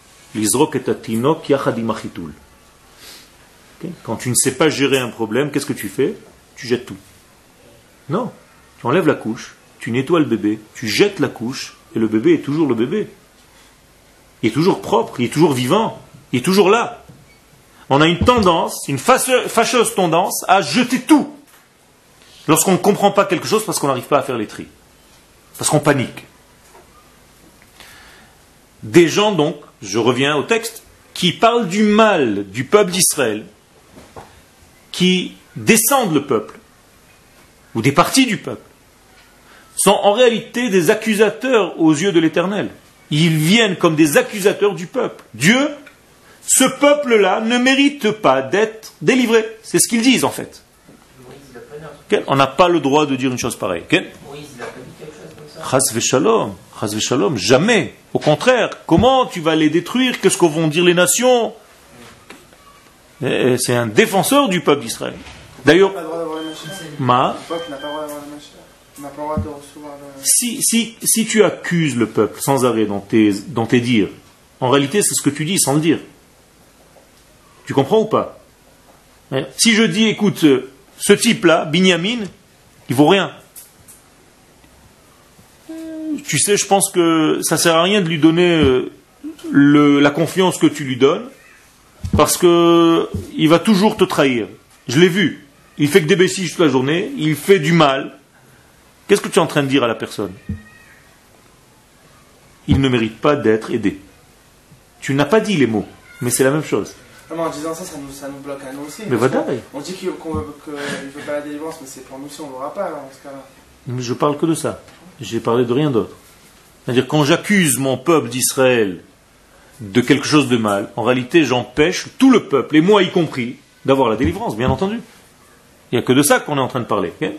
Quand tu ne sais pas gérer un problème, qu'est-ce que tu fais? Tu jettes tout. Non. Tu enlèves la couche, tu nettoies le bébé, tu jettes la couche, et le bébé est toujours le bébé. Il est toujours propre, il est toujours vivant, il est toujours là. On a une tendance, une fâcheuse tendance à jeter tout lorsqu'on ne comprend pas quelque chose parce qu'on n'arrive pas à faire les tris. Parce qu'on panique. Des gens donc, je reviens au texte, qui parlent du mal du peuple d'Israël, qui descendent le peuple, ou des parties du peuple, sont en réalité des accusateurs aux yeux de l'Éternel. Ils viennent comme des accusateurs du peuple. Dieu, ce peuple-là ne mérite pas d'être délivré. C'est ce qu'ils disent en fait. On n'a pas le droit de dire une chose pareille. Chas v'shalom, chas v'shalom, jamais. Au contraire, comment tu vas les détruire? Qu'est-ce que vont dire les nations? Et c'est un défenseur du peuple d'Israël. D'ailleurs, Ma, si, si, si tu accuses le peuple sans arrêt dans tes, dans tes dires, en réalité c'est ce que tu dis sans le dire. Tu comprends ou pas? Si je dis, écoute, ce type-là, Binyamin, il vaut rien. Tu sais, je pense que ça sert à rien de lui donner le, la confiance que tu lui donnes, parce que il va toujours te trahir. Je l'ai vu. Il fait que des bêtises toute la journée, il fait du mal. Qu'est-ce que tu es en train de dire à la personne? Il ne mérite pas d'être aidé. Tu n'as pas dit les mots, mais c'est la même chose. Non, en disant ça, ça nous, ça nous bloque à nous aussi. Mais voilà. On dit qu'il qu'on veut, qu'il ne veut pas la délivrance, mais c'est pour nous si on ne l'aura pas, alors, dans ce cas-là. Mais je parle que de ça. J'ai parlé de rien d'autre. C'est-à-dire, quand j'accuse mon peuple d'Israël de quelque chose de mal, en réalité, j'empêche tout le peuple, et moi y compris, d'avoir la délivrance, bien entendu. Il n'y a que de ça qu'on est en train de parler. Okay?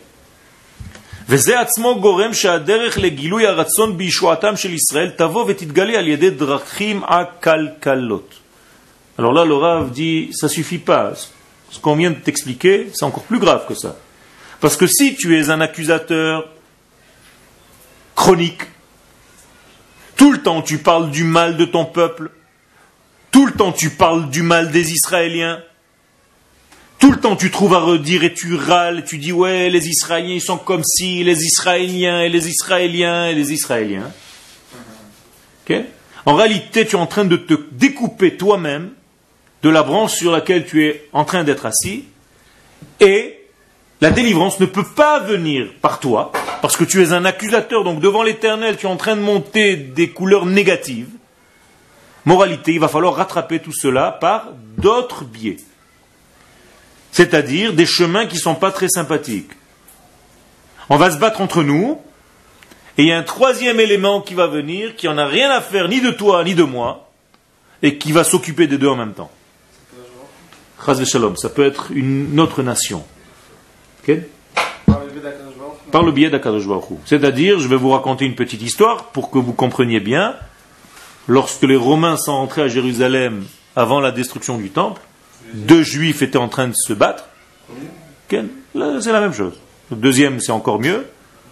Alors là, le Rav dit, ça suffit pas. Ce qu'on vient de t'expliquer, c'est encore plus grave que ça. Parce que si tu es un accusateur chronique, tout le temps tu parles du mal de ton peuple, tout le temps tu parles du mal des Israéliens, tout le temps tu trouves à redire et tu râles, et tu dis ouais, les Israéliens ils sont comme si, les Israéliens et les Israéliens et les Israéliens. Okay? En réalité, tu es en train de te découper toi-même de la branche sur laquelle tu es en train d'être assis, et la délivrance ne peut pas venir par toi, parce que tu es un accusateur, donc devant l'Éternel, tu es en train de monter des couleurs négatives. Moralité, il va falloir rattraper tout cela par d'autres biais. C'est-à-dire des chemins qui ne sont pas très sympathiques. On va se battre entre nous, et il y a un troisième élément qui va venir, qui n'en a rien à faire ni de toi ni de moi, et qui va s'occuper des deux en même temps. Chas v'shalom, ça peut être une autre nation. Okay? Par le biais d'Akadosh Baruch Hu. C'est-à-dire, je vais vous raconter une petite histoire pour que vous compreniez bien. Lorsque les Romains sont entrés à Jérusalem avant la destruction du temple, deux Juifs étaient en train de se battre. Okay? Là, c'est la même chose. Le deuxième, c'est encore mieux.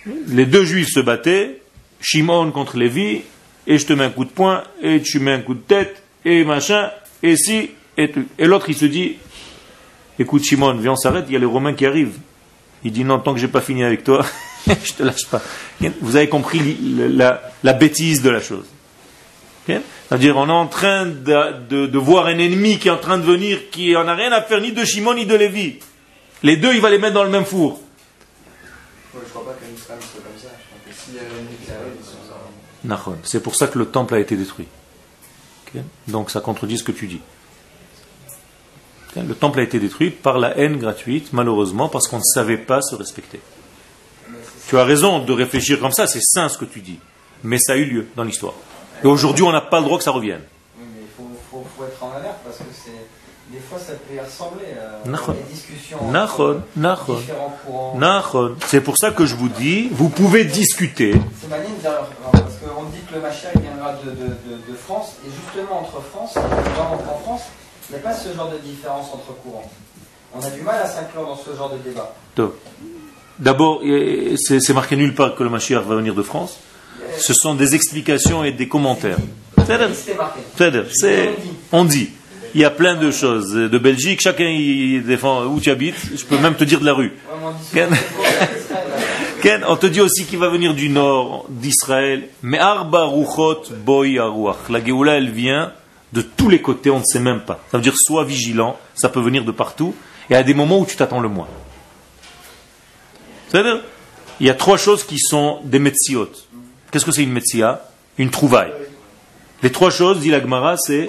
Les deux juifs se battaient, Shimon contre Lévi, et je te mets un coup de poing, et tu mets un coup de tête, et machin, et si, et tu. Et l'autre il se dit, écoute Shimon, viens on s'arrête, il y a les Romains qui arrivent. Il dit non, tant que j'ai pas fini avec toi, je te lâche pas. Vous avez compris la, la bêtise de la chose. Okay? C'est-à-dire, on est en train de, de, de voir un ennemi qui est en train de venir, qui n'en a rien à faire ni de Shimon ni de Lévi. Les deux, il va les mettre dans le même four. Ouais, je ne crois pas qu'un Israël soit comme ça. Je crois que s'il y a un ennemi qui arrive, ils sont ça. C'est pour ça que le temple a été détruit. Okay? Donc ça contredit ce que tu dis. Okay? Le temple a été détruit par la haine gratuite, malheureusement, parce qu'on ne savait pas se respecter. Tu as raison de réfléchir comme ça, c'est sain ce que tu dis. Mais ça a eu lieu dans l'histoire. Et aujourd'hui, on n'a pas le droit que ça revienne. Oui, mais il faut, faut, faut être en alerte parce que c'est, des fois ça peut y ressembler à des discussions entre différents courants. C'est pour ça que je vous dis, vous pouvez discuter. C'est malin de dire, parce qu'on dit que le Mashiach viendra de, de, de, de France, et justement entre France, en France, il n'y a pas ce genre de différence entre courants. On a du mal à s'inclure dans ce genre de débat. Donc, d'abord, c'est, c'est marqué nulle part que le Mashiach va venir de France. Ce sont des explications et des commentaires. C'est, on dit. Il y a plein de choses. De Belgique, chacun y défend où tu habites. Je peux même te dire de la rue. Ken, Ken, on te dit aussi qu'il va venir du nord d'Israël. Mais Arba Ruchot Boy Aruach. La Géoula, elle vient de tous les côtés, on ne sait même pas. Ça veut dire sois vigilant, ça peut venir de partout. Et à des moments où tu t'attends le moins. C'est-à-dire, il y a trois choses qui sont des metziot. Qu'est-ce que c'est une metzia? Une trouvaille. Les trois choses, dit la Gemara, c'est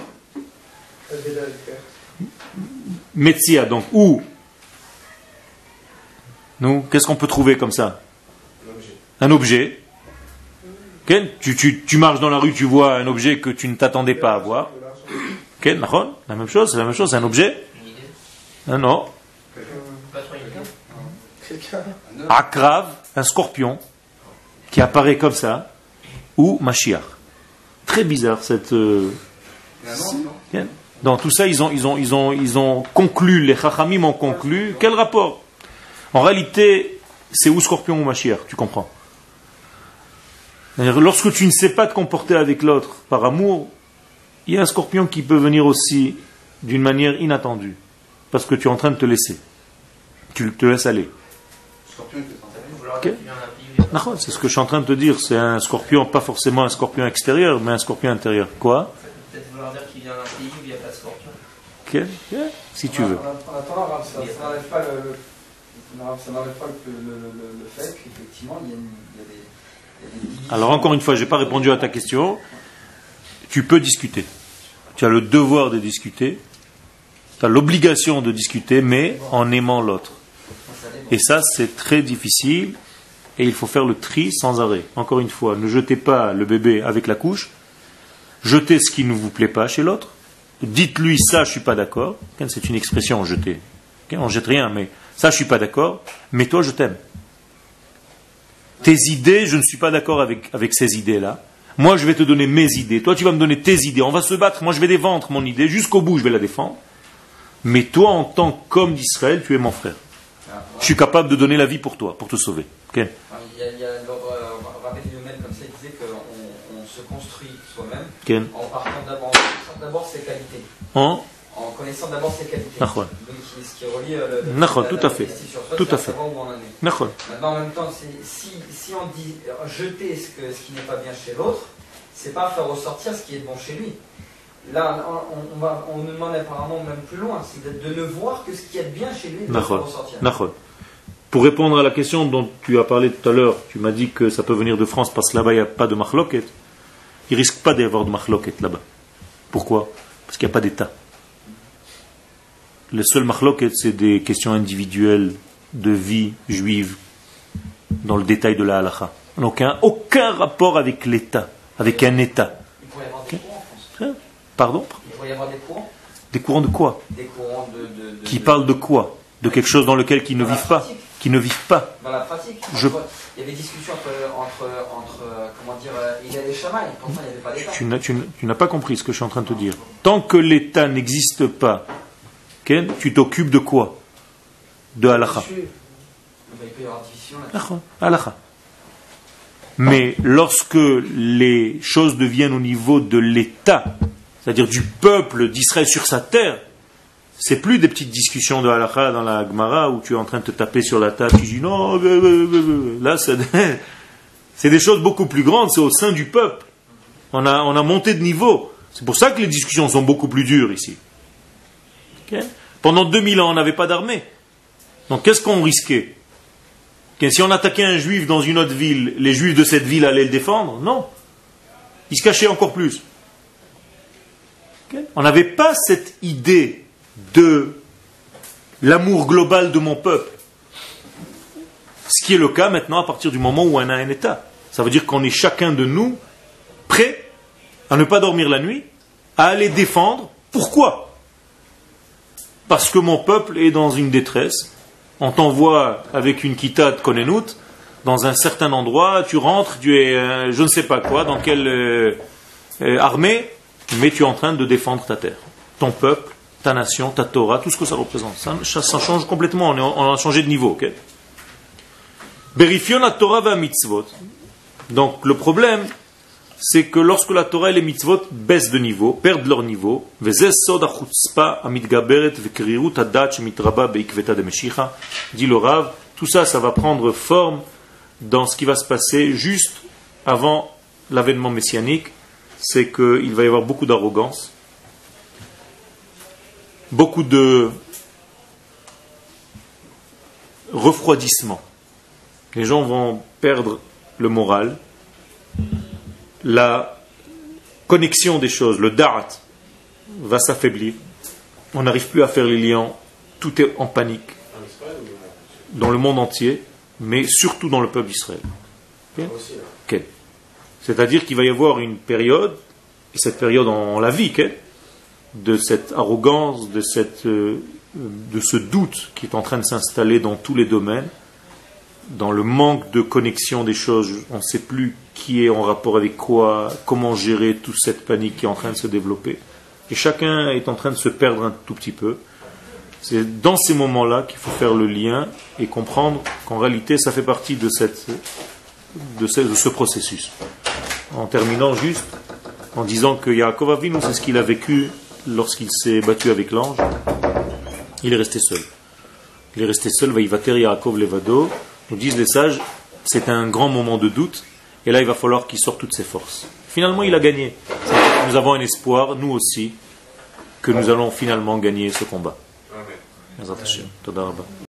metzia. Donc, où nous, qu'est-ce qu'on peut trouver comme ça? Un objet. Okay? Tu, tu, tu marches dans la rue, tu vois un objet que tu ne t'attendais pas à voir. Okay? La même chose, c'est la même chose, c'est un objet. Ah non. Akrav, un scorpion qui apparaît comme ça, ou Mashiach. Très bizarre cette. Euh... Dans tout ça, ils ont, ils ont, ils ont, ils ont conclu, les Chachamim ont conclu. Quel rapport? En réalité, c'est ou scorpion ou Mashiach, tu comprends? Lorsque tu ne sais pas te comporter avec l'autre par amour, il y a un scorpion qui peut venir aussi d'une manière inattendue, parce que tu es en train de te laisser. Tu te laisses aller. Okay. C'est ce que je suis en train de te dire. C'est un scorpion, pas forcément un scorpion extérieur, mais un scorpion intérieur. Quoi? Peut-être vouloir dire qu'il vient d'un pays où il n'y a pas de scorpion. Okay. Yeah. Si tu veux. En attendant, ça n'enlève pas le, ça n'enlève pas le, le, le, le fait qu'effectivement, il y a, une, il y a des, il y a des... Alors encore une fois, je n'ai pas répondu à ta question. Tu peux discuter. Tu as le devoir de discuter. Tu as l'obligation de discuter, mais en aimant l'autre. Et ça, c'est très difficile. Et il faut faire le tri sans arrêt. Encore une fois, ne jetez pas le bébé avec la couche. Jetez ce qui ne vous plaît pas chez l'autre. Dites-lui ça, je ne suis pas d'accord. C'est une expression, jeter. On ne jette rien, mais ça, je ne suis pas d'accord. Mais toi, je t'aime. Tes idées, je ne suis pas d'accord avec, avec ces idées-là. Moi, je vais te donner mes idées. Toi, tu vas me donner tes idées. On va se battre. Moi, je vais défendre mon idée. Jusqu'au bout, je vais la défendre. Mais toi, en tant qu'homme d'Israël, tu es mon frère. Je suis capable de donner la vie pour toi, pour te sauver. Okay. Il y a, il y a Rabbi Yomen comme ça, il disait qu'on on se construit soi-même okay. en partant d'abord, d'abord ses qualités. En, en connaissant d'abord ses qualités. Donc, ce qui relie le, le, la, tout à fait. Sur soi, tout à fait. Maintenant, en même temps, si, si on dit jeter ce, que, ce qui n'est pas bien chez l'autre, c'est pas faire ressortir ce qui est bon chez lui. Là, on, on, va, on nous demande apparemment même plus loin, c'est de, de ne voir que ce qui est bien chez lui et de le faire ressortir. Pour répondre à la question dont tu as parlé tout à l'heure, tu m'as dit que ça peut venir de France parce que là-bas il n'y a pas de machloket. Il ne risque pas d'y avoir de machloket là-bas. Pourquoi? Parce qu'il n'y a pas d'État. Le seul machloket, c'est des questions individuelles de vie juive dans le détail de la halakha. Donc aucun, aucun rapport avec l'État, avec un État. Il pourrait y avoir des courants en France. Pardon? Il pourrait y avoir des courants. Des courants de quoi? Des courants de... de, de qui de... parlent de quoi? De quelque chose dans lequel ils ne vivent pas. Qui ne vivent pas. Dans la pratique. Je... Entre, il y avait discussion entre, entre, entre comment dire, il y a des chamaïs, pourtant il n'y avait pas d'État. Tu n'as, tu, tu n'as pas compris ce que je suis en train de te dire. Tant que l'État n'existe pas, Ken, tu t'occupes de quoi? De halakha. Il peut y avoir division là. Halakha. Mais lorsque les choses deviennent au niveau de l'État, c'est-à-dire du peuple d'Israël sur sa terre, c'est plus des petites discussions de halakha dans la Gemara où tu es en train de te taper sur la table, tu dis non, là c'est, c'est des choses beaucoup plus grandes, c'est au sein du peuple. On a, on a monté de niveau. C'est pour ça que les discussions sont beaucoup plus dures ici. Okay? Pendant deux mille ans, on n'avait pas d'armée. Donc qu'est-ce qu'on risquait? Que si on attaquait un juif dans une autre ville, les juifs de cette ville allaient le défendre? Non. Ils se cachaient encore plus. Okay? On n'avait pas cette idée de l'amour global de mon peuple. Ce qui est le cas maintenant à partir du moment où on a un État. Ça veut dire qu'on est chacun de nous prêt à ne pas dormir la nuit, à aller défendre. Pourquoi? Parce que mon peuple est dans une détresse. On t'envoie avec une kita de Konenout dans un certain endroit, tu rentres, tu es euh, je ne sais pas quoi, dans quelle euh, euh, armée, mais tu es en train de défendre ta terre, ton peuple, ta nation, ta Torah, tout ce que ça représente. Ça, ça, ça change complètement, on, est, on a changé de niveau. Okay? Berifion la Torah va mitzvot. Donc le problème, c'est que lorsque la Torah et les mitzvot baissent de niveau, perdent leur niveau, dit le Rav, tout ça, ça va prendre forme dans ce qui va se passer juste avant l'avènement messianique, c'est qu'il va y avoir beaucoup d'arrogance, beaucoup de refroidissement. Les gens vont perdre le moral, la connexion des choses, le da'at, va s'affaiblir. On n'arrive plus à faire les liens, tout est en panique. Dans le monde entier, mais surtout dans le peuple d'Israël. Okay? Okay. C'est-à-dire qu'il va y avoir une période, et cette période on la vit, okay? De cette arrogance, de, cette, euh, de ce doute qui est en train de s'installer dans tous les domaines, dans le manque de connexion des choses, on ne sait plus qui est en rapport avec quoi, comment gérer toute cette panique qui est en train de se développer. Et chacun est en train de se perdre un tout petit peu. C'est dans ces moments-là qu'il faut faire le lien et comprendre qu'en réalité, ça fait partie de, cette, de, ce, de ce processus. En terminant juste en disant que Yaakov Avinu, c'est ce qu'il a vécu lorsqu'il s'est battu avec l'ange. Il est resté seul. Il est resté seul, Vaïvater Yaakov Levado. Nous disent les sages, c'est un grand moment de doute, et là il va falloir qu'il sorte toutes ses forces. Finalement il a gagné. Nous avons un espoir, nous aussi, que nous allons finalement gagner ce combat. Amen.